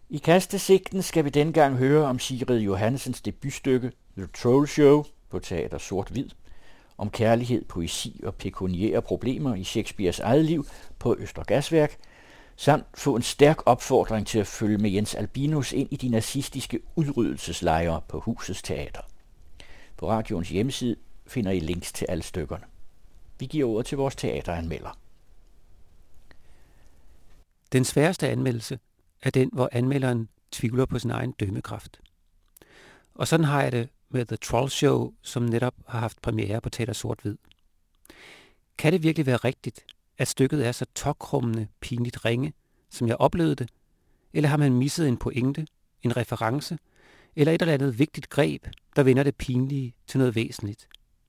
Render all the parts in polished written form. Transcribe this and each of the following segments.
I Kastesigten skal vi dengang høre om Sigrid Johannesens debutstykke The Troll Show på Teater Sort-Hvid, om kærlighed, poesi og pekuniære problemer i Shakespeares eget liv på Østre Gasværk, samt få en stærk opfordring til at følge med Jens Albinus ind i de nazistiske udryddelseslejre på Husets Teater. På radioens hjemmeside finder I links til alle stykkerne. Vi giver ordet til vores teateranmelder. Den sværeste anmeldelse er den, hvor anmelderen tvivler på sin egen dømmekraft. Og sådan har jeg det med The Troll Show, som netop har haft premiere på Teater Sort-Hvid. Kan det virkelig være rigtigt, at stykket er så tåkrummende, pinligt ringe, som jeg oplevede det? Eller har man misset en pointe, en reference, eller et eller andet vigtigt greb, der vender det pinlige til noget væsentligt?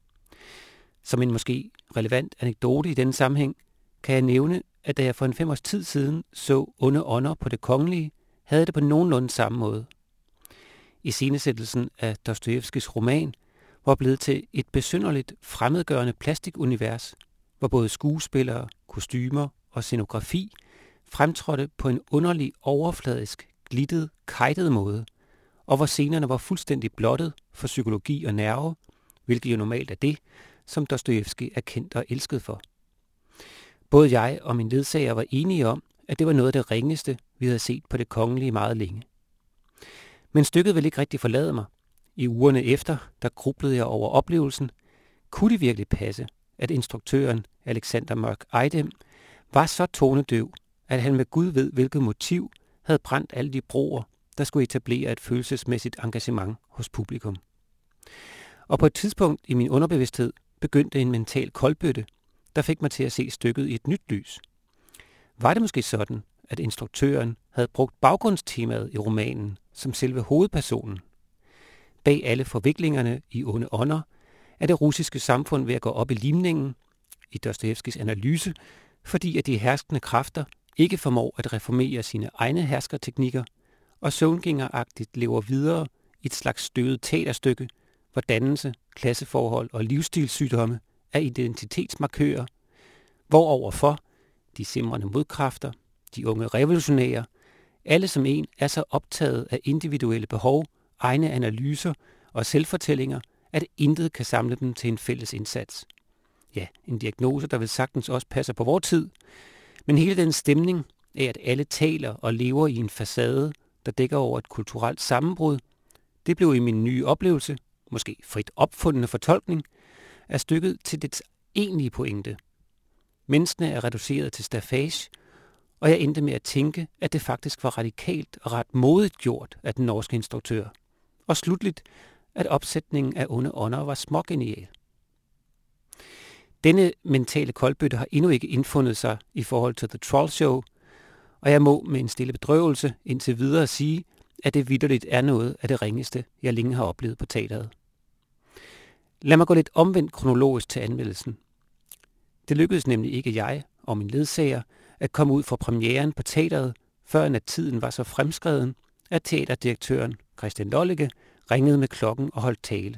Som en måske relevant anekdote i denne sammenhæng, kan jeg nævne, at da jeg for en 5 års tid siden så Onde Ånder på Det Kongelige, havde det på nogenlunde samme måde. Iscenesættelsen af Dostojevskijs roman var blevet til et besynderligt, fremmedgørende plastikunivers, hvor både skuespillere, kostymer og scenografi fremtrådte på en underlig, overfladisk, glittet, kajtet måde, og hvor scenerne var fuldstændig blottet for psykologi og nerve, hvilket jo normalt er det, som Dostojevskij er kendt og elsket for. Både jeg og min ledsager var enige om, at det var noget af det ringeste, vi havde set på Det Kongelige meget længe. Men stykket ville ikke rigtig forlade mig. I ugerne efter, der grublede jeg over oplevelsen. Kunne det virkelig passe, at instruktøren Alexander Mørk Ejdem var så tonedøv, at han med Gud ved hvilket motiv havde brændt alle de broer, der skulle etablere et følelsesmæssigt engagement hos publikum. Og på et tidspunkt i min underbevidsthed begyndte en mental koldbøtte, der fik mig til at se stykket i et nyt lys. Var det måske sådan, at instruktøren havde brugt baggrundstemaet i romanen som selve hovedpersonen? Bag alle forviklingerne i Onde Ånder er det russiske samfund ved at gå op i limningen i Dostojevskijs analyse, fordi at de herskende kræfter ikke formår at reformere sine egne herskerteknikker, og søvngængeragtigt lever videre i et slags støvet teaterstykke, hvor dannelse, klasseforhold og livsstilssygdomme er identitetsmarkører, hvor overfor de simrende modkræfter, de unge revolutionære, alle som en er så optaget af individuelle behov, egne analyser og selvfortællinger, at intet kan samle dem til en fælles indsats. Ja, en diagnose, der vel sagtens også passer på vores tid, men hele den stemning af, at alle taler og lever i en facade, der dækker over et kulturelt sammenbrud, det blev i min nye oplevelse, måske frit opfundne fortolkning, af stykket til dets egentlige pointe. Menneskene er reduceret til staffage, og jeg endte med at tænke, at det faktisk var radikalt og ret modigt gjort af den norske instruktør. Og slutligt, at opsætningen af Onde Ånder var smågenial. Denne mentale koldbøtte har endnu ikke indfundet sig i forhold til The Troll Show, og jeg må med en stille bedrøvelse indtil videre sige, at det vitterligt er noget af det ringeste, jeg længe har oplevet på teateret. Lad mig gå lidt omvendt kronologisk til anmeldelsen. Det lykkedes nemlig ikke jeg og min ledsager at komme ud fra premieren på teateret, før at tiden var så fremskreden, at teaterdirektøren Christian Lollike ringede med klokken og holdt tale.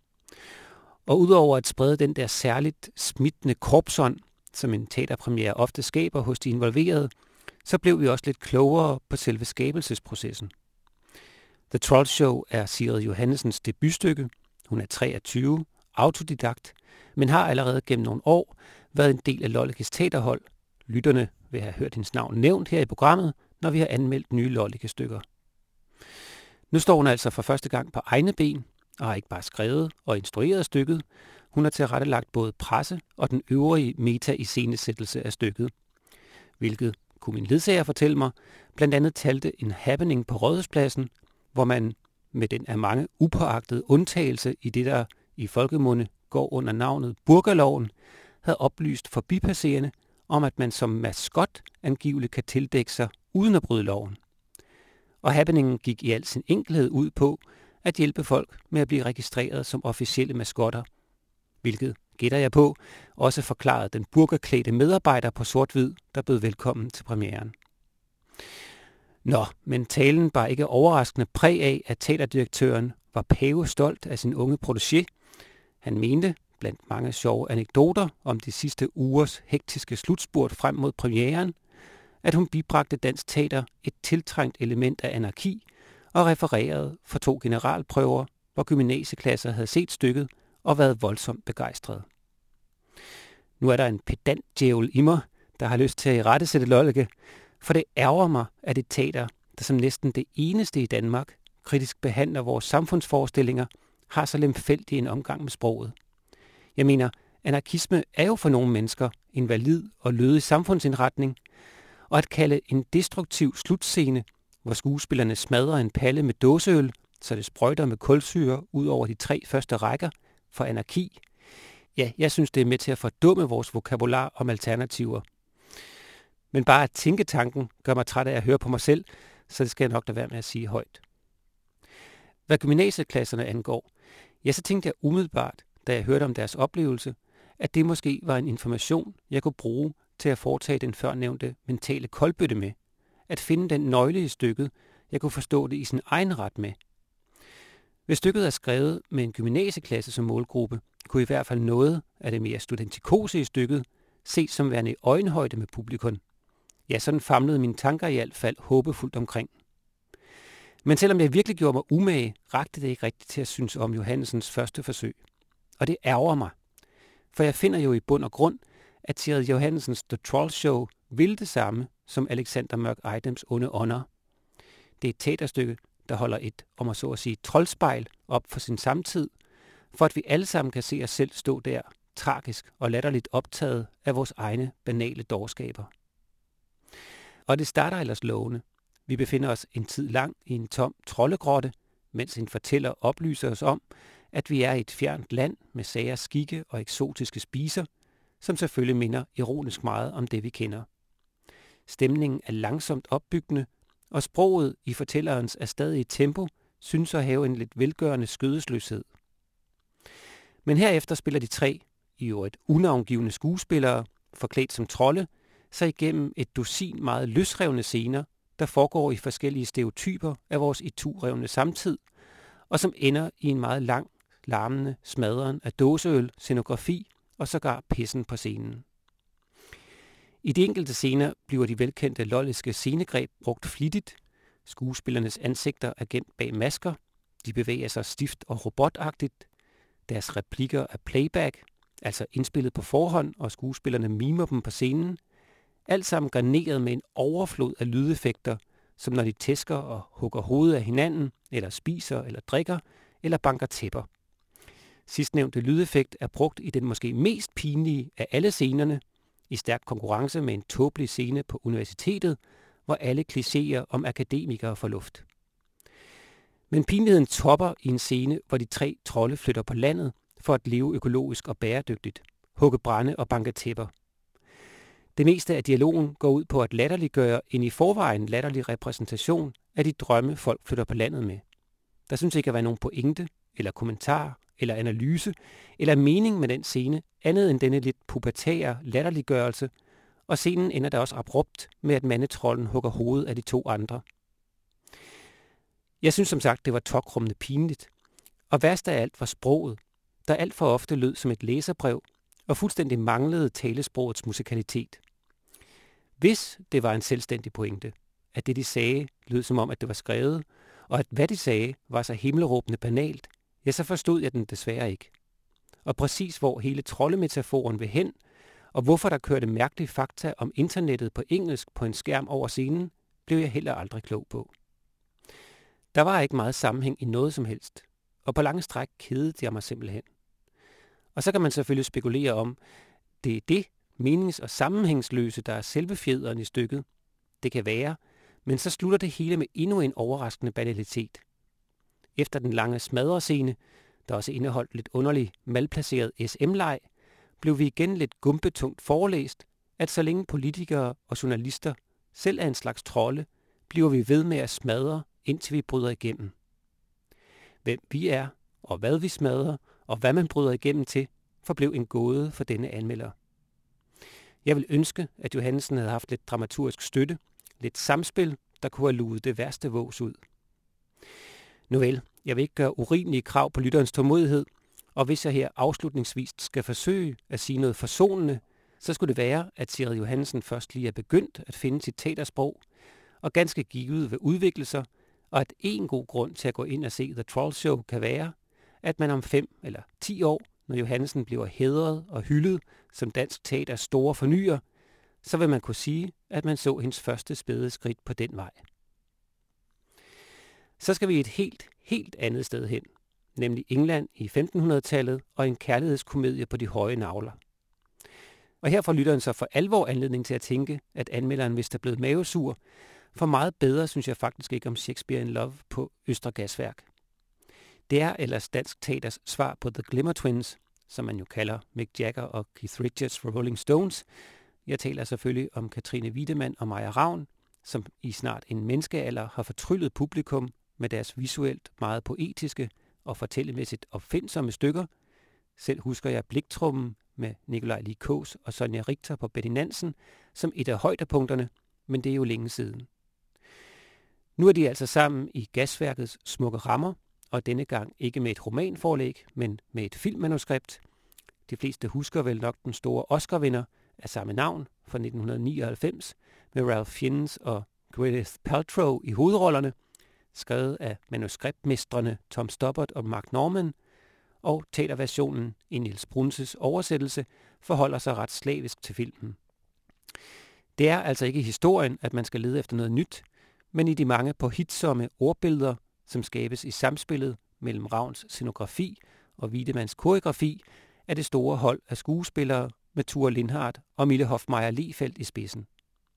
Og udover at sprede den der særligt smittende korpsånd, som en teaterpremiere ofte skaber hos de involverede, så blev vi også lidt klogere på selve skabelsesprocessen. The Troll Show er Sigrid Johannessens debutstykke. Hun er 23, autodidakt, men har allerede gennem nogle år været en del af Lollikes teaterhold. Lytterne vil have hørt hendes navn nævnt her i programmet, når vi har anmeldt nye Lollike-stykker. Nu står hun altså for første gang på egne ben, og har ikke bare skrevet og instrueret stykket. Hun har tilrettelagt både presse og den øvrige meta-iscenesættelse af stykket, hvilket, kunne min ledsager fortælle mig, blandt andet talte en happening på Rådhuspladsen, hvor man med den af mange upåagtede undtagelse i det, der i folkemunde går under navnet Burgerloven, havde oplyst forbipasserende om, at man som maskot angiveligt kan tildække sig uden at bryde loven. Og happeningen gik i al sin enkelhed ud på at hjælpe folk med at blive registreret som officielle maskotter, hvilket, gætter jeg på, også forklarede den burgerklædte medarbejder på sort-hvid, der bød velkommen til premieren. Nå, men talen bar ikke overraskende præg af, at teaterdirektøren var pavestolt af sin unge protégé. Han mente, blandt mange sjove anekdoter om de sidste ugers hektiske slutspurt frem mod premieren, at hun bibragte dansk teater et tiltrængt element af anarki og refererede for 2 generalprøver, hvor gymnasieklasser havde set stykket og været voldsomt begejstrede. Nu er der en pedantdjævel i mig, der har lyst til at irettesætte Lollike, for det ærger mig, at et teater, der som næsten det eneste i Danmark kritisk behandler vores samfundsforestillinger, har så lemfældig en omgang med sproget. Jeg mener, anarkisme er jo for nogle mennesker en valid og lødig samfundsindretning, og at kalde en destruktiv slutscene, hvor skuespillerne smadrer en palle med dåseøl, så det sprøjter med kulsyre ud over de 3 første rækker, for anarki. Ja, jeg synes, det er med til at fordumme vores vokabular om alternativer. Men bare at tænke tanken gør mig træt af at høre på mig selv, så det skal jeg nok lade være med at sige højt. Hvad gymnasieklasserne angår, ja, så tænkte jeg umiddelbart, da jeg hørte om deres oplevelse, at det måske var en information, jeg kunne bruge til at foretage den førnævnte mentale koldbøtte med. At finde den nøgle i stykket, jeg kunne forstå det i sin egen ret med. Hvis stykket er skrevet med en gymnasieklasse som målgruppe, kunne i hvert fald noget af det mere studentikose i stykket ses som værende i øjenhøjde med publikum. Ja, sådan famlede mine tanker i alt fald håbefuldt omkring. Men selvom jeg virkelig gjorde mig umage, rakte det ikke rigtigt til at synes om Johannessens første forsøg. Og det ærger mig. For jeg finder jo i bund og grund, at Sigrid Johannessens The Troll Show vil det samme som Alexander Mørk Eidems Onde Ånder. Det er et teaterstykke, der holder et, om at så at sige, troldspejl op for sin samtid, for at vi alle sammen kan se os selv stå der, tragisk og latterligt optaget af vores egne banale dårskaber. Og det starter ellers lovende. Vi befinder os en tid lang i en tom troldegrotte, mens en fortæller oplyser os om, at vi er i et fjernt land med sager, skikke og eksotiske spiser, som selvfølgelig minder ironisk meget om det, vi kender. Stemningen er langsomt opbyggende, og sproget i fortællerens erstadige tempo synes at have en lidt velgørende skødesløshed. Men herefter spiller de 3, i øvrigt unavngivne skuespillere, forklædt som trolde, sig igennem et dusin meget løsrevne scener, der foregår i forskellige stereotyper af vores iturevne samtid, og som ender i en meget lang, larmende smadren af dåseøl, scenografi og sågar pissen på scenen. I de enkelte scener bliver de velkendte lolliske scenegreb brugt flittigt. Skuespillernes ansigter er gemt bag masker. De bevæger sig stift og robotagtigt. Deres replikker er playback, altså indspillet på forhånd, og skuespillerne mimer dem på scenen. Alt sammen garneret med en overflod af lydeffekter, som når de tæsker og hugger hovedet af hinanden, eller spiser eller drikker, eller banker tæpper. Sidstnævnte lydeffekt er brugt i den måske mest pinlige af alle scenerne, i stærk konkurrence med en tåbelig scene på universitetet, hvor alle klichéer om akademikere får luft. Men pinligheden topper i en scene, hvor de 3 trolde flytter på landet for at leve økologisk og bæredygtigt, hugge brænde og banke tæpper. Det meste af dialogen går ud på at latterliggøre en i forvejen latterlig repræsentation af de drømme, folk flytter på landet med. Der synes ikke at være nogen pointe, eller kommentar, eller analyse, eller mening med den scene, andet end denne lidt pubertære latterliggørelse, og scenen ender da også abrupt med, at mandetrolden hugger hovedet af de 2 andre. Jeg synes som sagt, det var tokrummende pinligt, og værst af alt var sproget, der alt for ofte lød som et læserbrev, og fuldstændig manglede talesprogets musikalitet. Hvis det var en selvstændig pointe, at det de sagde lød som om, at det var skrevet, og at hvad de sagde var så himmelråbende banalt, ja, så forstod jeg den desværre ikke. Og præcis hvor hele troldemetaforen vil hen, og hvorfor der kørte mærkelige fakta om internettet på engelsk på en skærm over scenen, blev jeg heller aldrig klog på. Der var ikke meget sammenhæng i noget som helst, og på lange stræk kedede jeg mig simpelthen. Og så kan man selvfølgelig spekulere om, det er det menings- og sammenhængsløse, der er selve fjederen i stykket. Det kan være, men så slutter det hele med endnu en overraskende banalitet. Efter den lange smadrescene, der også indeholdt lidt underlig malplaceret SM-leg, blev vi igen lidt gumpetungt forelæst, at så længe politikere og journalister selv er en slags trolde, bliver vi ved med at smadre, indtil vi bryder igennem. Hvem vi er, og hvad vi smadrer, og hvad man bryder igennem til, forblev en gåde for denne anmelder. Jeg vil ønske, at Johannessen havde haft lidt dramaturgisk støtte, lidt samspil, der kunne have luet det værste vås ud. Nu vel, jeg vil ikke gøre urimelige krav på lytterens tålmodighed, og hvis jeg her afslutningsvis skal forsøge at sige noget forsonende, så skulle det være, at Sigrid Johannessen først lige er begyndt at finde sit teatersprog, og ganske givet vil udvikle sig, og at en god grund til at gå ind og se The Troll Show kan være, at man om 5 eller 10 år, når Johannessen bliver hædret og hyldet som dansk teaters store fornyer, så vil man kunne sige, at man så hendes første spæde skridt på den vej. Så skal vi et helt andet sted hen, nemlig England i 1500-tallet og en kærlighedskomedie på de høje nagler. Og her får lytteren så for alvor anledning til at tænke, at anmelderen vist er blevet mavesur, for meget bedre synes jeg faktisk ikke om Shakespeare in Love på Østre Gasværk. Det er ellers dansk teaters svar på The Glimmer Twins, som man jo kalder Mick Jagger og Keith Richards fra Rolling Stones. Jeg taler selvfølgelig om Katrine Wiedemann og Maja Ravn, som i snart en menneskealder har fortryllet publikum med deres visuelt meget poetiske og fortællemæssigt opfindsomme stykker. Selv husker jeg Bliktrummen med Nikolaj Lie Kaas og Sonja Richter på Betty Nansen som et af højdepunkterne, men det er jo længe siden. Nu er de altså sammen i Gasværkets smukke rammer, og denne gang ikke med et romanforlæg, men med et filmmanuskript. De fleste husker vel nok den store Oscar-vinder af samme navn fra 1999 med Ralph Fiennes og Gwyneth Paltrow i hovedrollerne, skrevet af manuskriptmestrene Tom Stoppard og Mark Norman, og teaterversionen i Niels Brunses oversættelse forholder sig ret slavisk til filmen. Det er altså ikke historien, at man skal lede efter noget nyt, men i de mange påhitsomme ordbilleder, som skabes i samspillet mellem Ravns scenografi og Wiedemanns koreografi, er det store hold af skuespillere med Ture Lindhardt og Mille Hofmeier-Lehfeldt i spidsen.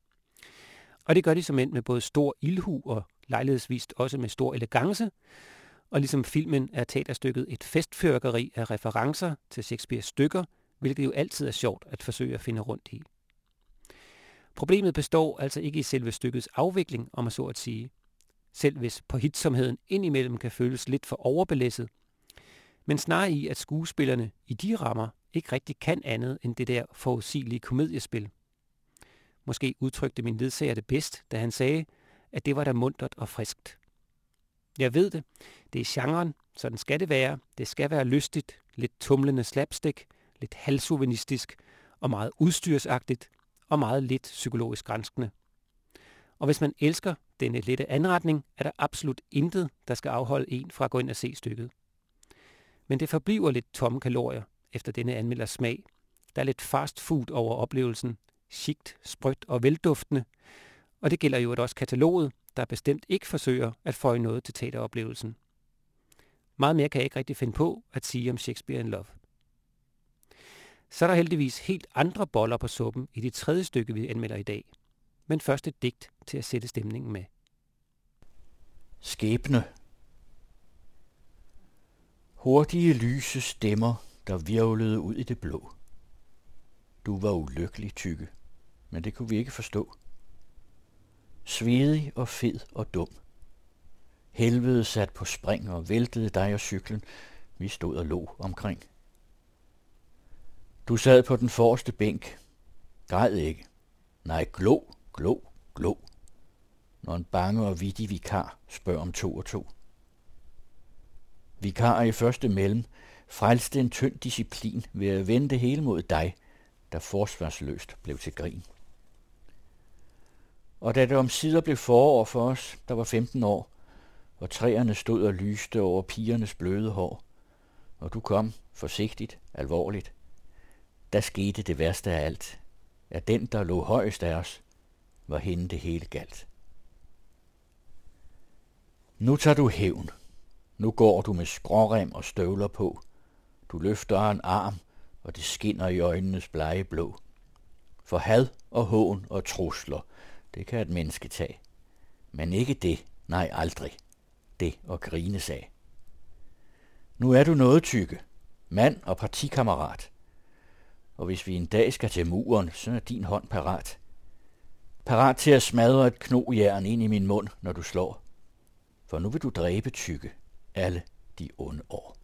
Og det gør de som end med både stor ildhu og lejlighedsvist også med stor elegance, og ligesom filmen er teaterstykket et festfyrkeri af referencer til Shakespeares stykker, hvilket jo altid er sjovt at forsøge at finde rundt i. Problemet består altså ikke i selve stykkets afvikling, om man så at sige, selv hvis påhitsomheden indimellem kan føles lidt for overbelæsset, men snarere i, at skuespillerne i de rammer ikke rigtig kan andet end det der forudsigelige komediespil. Måske udtrykte min ledsager det bedst, da han sagde, at det var da muntert og friskt. Jeg ved det. Det er genren, sådan skal det være. Det skal være lystigt, lidt tumlende slapstick, lidt halvsouvenistisk og meget udstyrsagtigt og meget lidt psykologisk granskende. Og hvis man elsker denne lette anretning, er der absolut intet, der skal afholde en fra at gå ind og se stykket. Men det forbliver lidt tomme kalorier efter denne anmelders smag. Der er lidt fast food over oplevelsen, chict, sprødt og velduftende, og det gælder jo også kataloget, der bestemt ikke forsøger at føje noget til teateroplevelsen. Meget mere kan jeg ikke rigtig finde på at sige om Shakespeare in Love. Så er der heldigvis helt andre boller på suppen i det tredje stykke, vi anmelder i dag. Men først et digt til at sætte stemningen med. Skæbne. Hurtige lyse stemmer, der virvlede ud i det blå. Du var ulykkelig, Tykke, men det kunne vi ikke forstå. Svedig og fed og dum. Helvede sat på spring og væltede dig og cyklen. Vi stod og lå omkring. Du sad på den forreste bænk. Græd ikke. Nej, glå, glå, glå. Når en bange og vittig vikar spørger om 2 og 2. Vikarer i første mellem frelste en tynd disciplin ved at vende det hele mod dig, der forsvarsløst blev til grin. Og da det omsider blev forår for os, der var 15 år, og træerne stod og lyste over pigernes bløde hår, og du kom forsigtigt, alvorligt, der skete det værste af alt, at den, der lå højest af os, var hende det hele galt. Nu tager du hævn. Nu går du med skrårem og støvler på. Du løfter en arm, og det skinner i øjnenes blege blå. For had og hån og trusler, det kan et menneske tage. Men ikke det, nej aldrig. Det at grines af. Nu er du noget, Tykke. Mand og partikammerat. Og hvis vi en dag skal til muren, så er din hånd parat. Parat til at smadre et knogjern ind i min mund, når du slår. For nu vil du dræbe, Tykke, alle de onde år.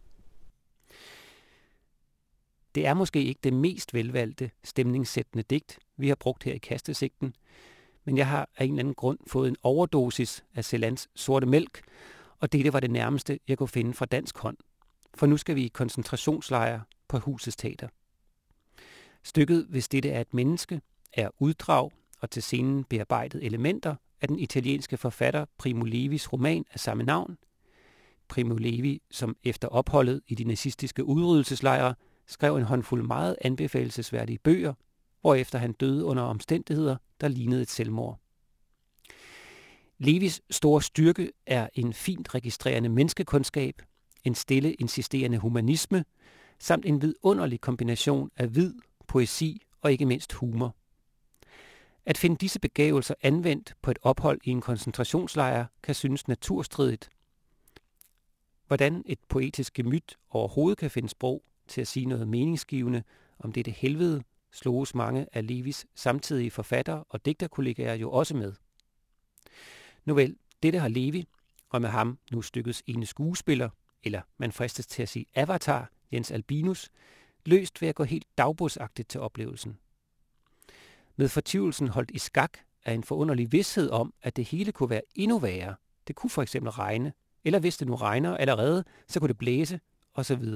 Det er måske ikke det mest velvalgte stemningssættende digt, vi har brugt her i Kastesigten, men jeg har af en eller anden grund fået en overdosis af Celans Sorte Mælk, og dette var det nærmeste, jeg kunne finde fra dansk hånd. For nu skal vi i koncentrationslejre på Husets Teater. Stykket, hvis dette er et menneske, er uddrag og til scenen bearbejdet elementer af den italienske forfatter Primo Levis roman af samme navn. Primo Levi, som efter opholdet i de nazistiske udryddelseslejre skrev en håndfuld meget anbefalelsesværdige bøger, hvorefter han døde under omstændigheder, der lignede et selvmord. Levis store styrke er en fint registrerende menneskekundskab, en stille insisterende humanisme, samt en vidunderlig kombination af vid, poesi og ikke mindst humor. At finde disse begavelser anvendt på et ophold i en koncentrationslejr kan synes naturstridigt. Hvordan et poetisk gemyt overhovedet kan finde sprog til at sige noget meningsgivende om dette helvede, sloges mange af Levis samtidige forfattere og digterkollegaer jo også med. Nu vel, dette har Levi, og med ham nu stykkets ene skuespiller, eller man fristes til at sige avatar, Jens Albinus, løst ved at gå helt dagbogsagtigt til oplevelsen. Med fortvivlelsen holdt i skak af en forunderlig vished om, at det hele kunne være endnu værre. Det kunne for eksempel regne, eller hvis det nu regner allerede, så kunne det blæse, osv.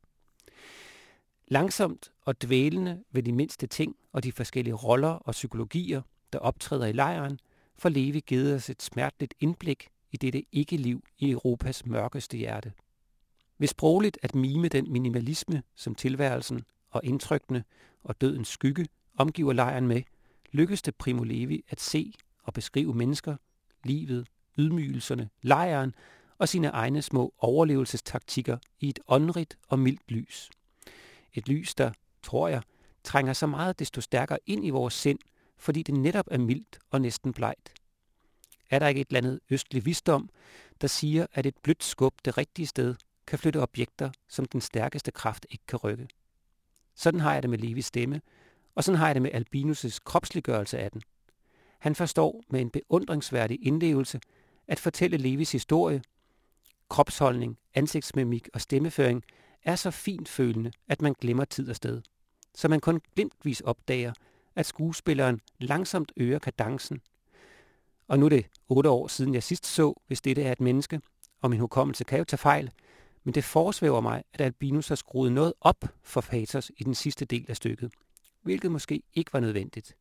Langsomt og dvælende ved de mindste ting og de forskellige roller og psykologier, der optræder i lejren, får Levi givet os et smerteligt indblik i dette ikke-liv i Europas mørkeste hjerte. Ved sprogligt at mime den minimalisme, som tilværelsen og indtrykkene og dødens skygge omgiver lejren med, lykkes det Primo Levi at se og beskrive mennesker, livet, ydmygelserne, lejren og sine egne små overlevelsestaktikker i et åndrigt og mildt lys. Et lys, der, tror jeg, trænger så meget desto stærkere ind i vores sind, fordi det netop er mildt og næsten blegt. Er der ikke et eller andet østlig visdom, der siger, at et blødt skub det rigtige sted kan flytte objekter, som den stærkeste kraft ikke kan rykke? Sådan har jeg det med Levis stemme, og sådan har jeg det med Albinus' kropsliggørelse af den. Han forstår med en beundringsværdig indlevelse at fortælle Levis historie. Kropsholdning, ansigtsmimik og stemmeføring er så fint følende, at man glemmer tid og sted. Så man kun glimtvis opdager, at skuespilleren langsomt øger kadencen. Og nu er det 8 år siden jeg sidst så, hvis dette er et menneske, og min hukommelse kan jo tage fejl, men det forsvæver mig, at Albinus har skruet noget op for patos i den sidste del af stykket, hvilket måske ikke var nødvendigt.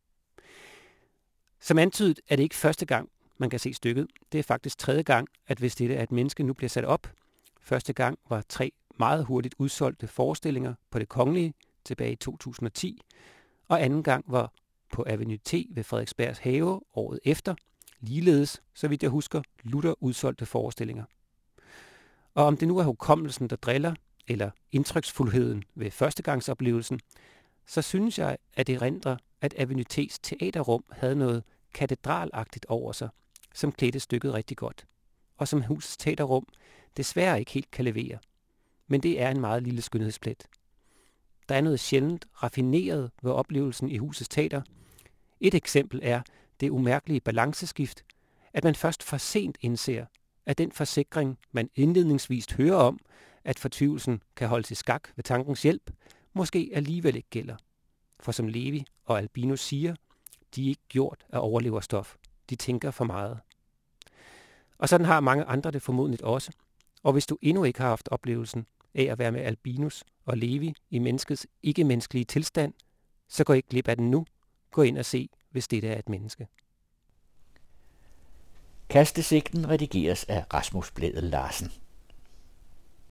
Som antydet er det ikke første gang, man kan se stykket. Det er faktisk 3. gang, at hvis dette er et menneske nu bliver sat op. Første gang var 3 meget hurtigt udsolgte forestillinger på Det Kongelige tilbage i 2010, og anden gang var på Avenue T ved Frederiksbergs Have året efter, ligeledes, så vidt jeg husker, lutter udsolgte forestillinger. Og om det nu er hukommelsen, der driller, eller indtryksfuldheden ved førstegangsoplevelsen, så synes jeg, at det erindrer, at Avenue T's teaterrum havde noget katedralagtigt over sig, som klædte stykket rigtig godt, og som husets teaterrum desværre ikke helt kan levere. Men det er en meget lille skønhedsplet. Der er noget sjældent raffineret ved oplevelsen i husets teater. Et eksempel er det umærkelige balanceskift, at man først for sent indser, at den forsikring, man indledningsvis hører om, at fortvivlelsen kan holdes i skak ved tankens hjælp, måske alligevel ikke gælder. For som Levi og Albinus siger, de er ikke gjort af overleverstof. De tænker for meget. Og sådan har mange andre det formodentligt også. Og hvis du endnu ikke har haft oplevelsen af at være med Albinus og Levi i menneskets ikke-menneskelige tilstand, så gå ikke glip af den nu. Gå ind og se, hvis dette er et menneske. Kastesigten redigeres af Rasmus Blædel Larsen.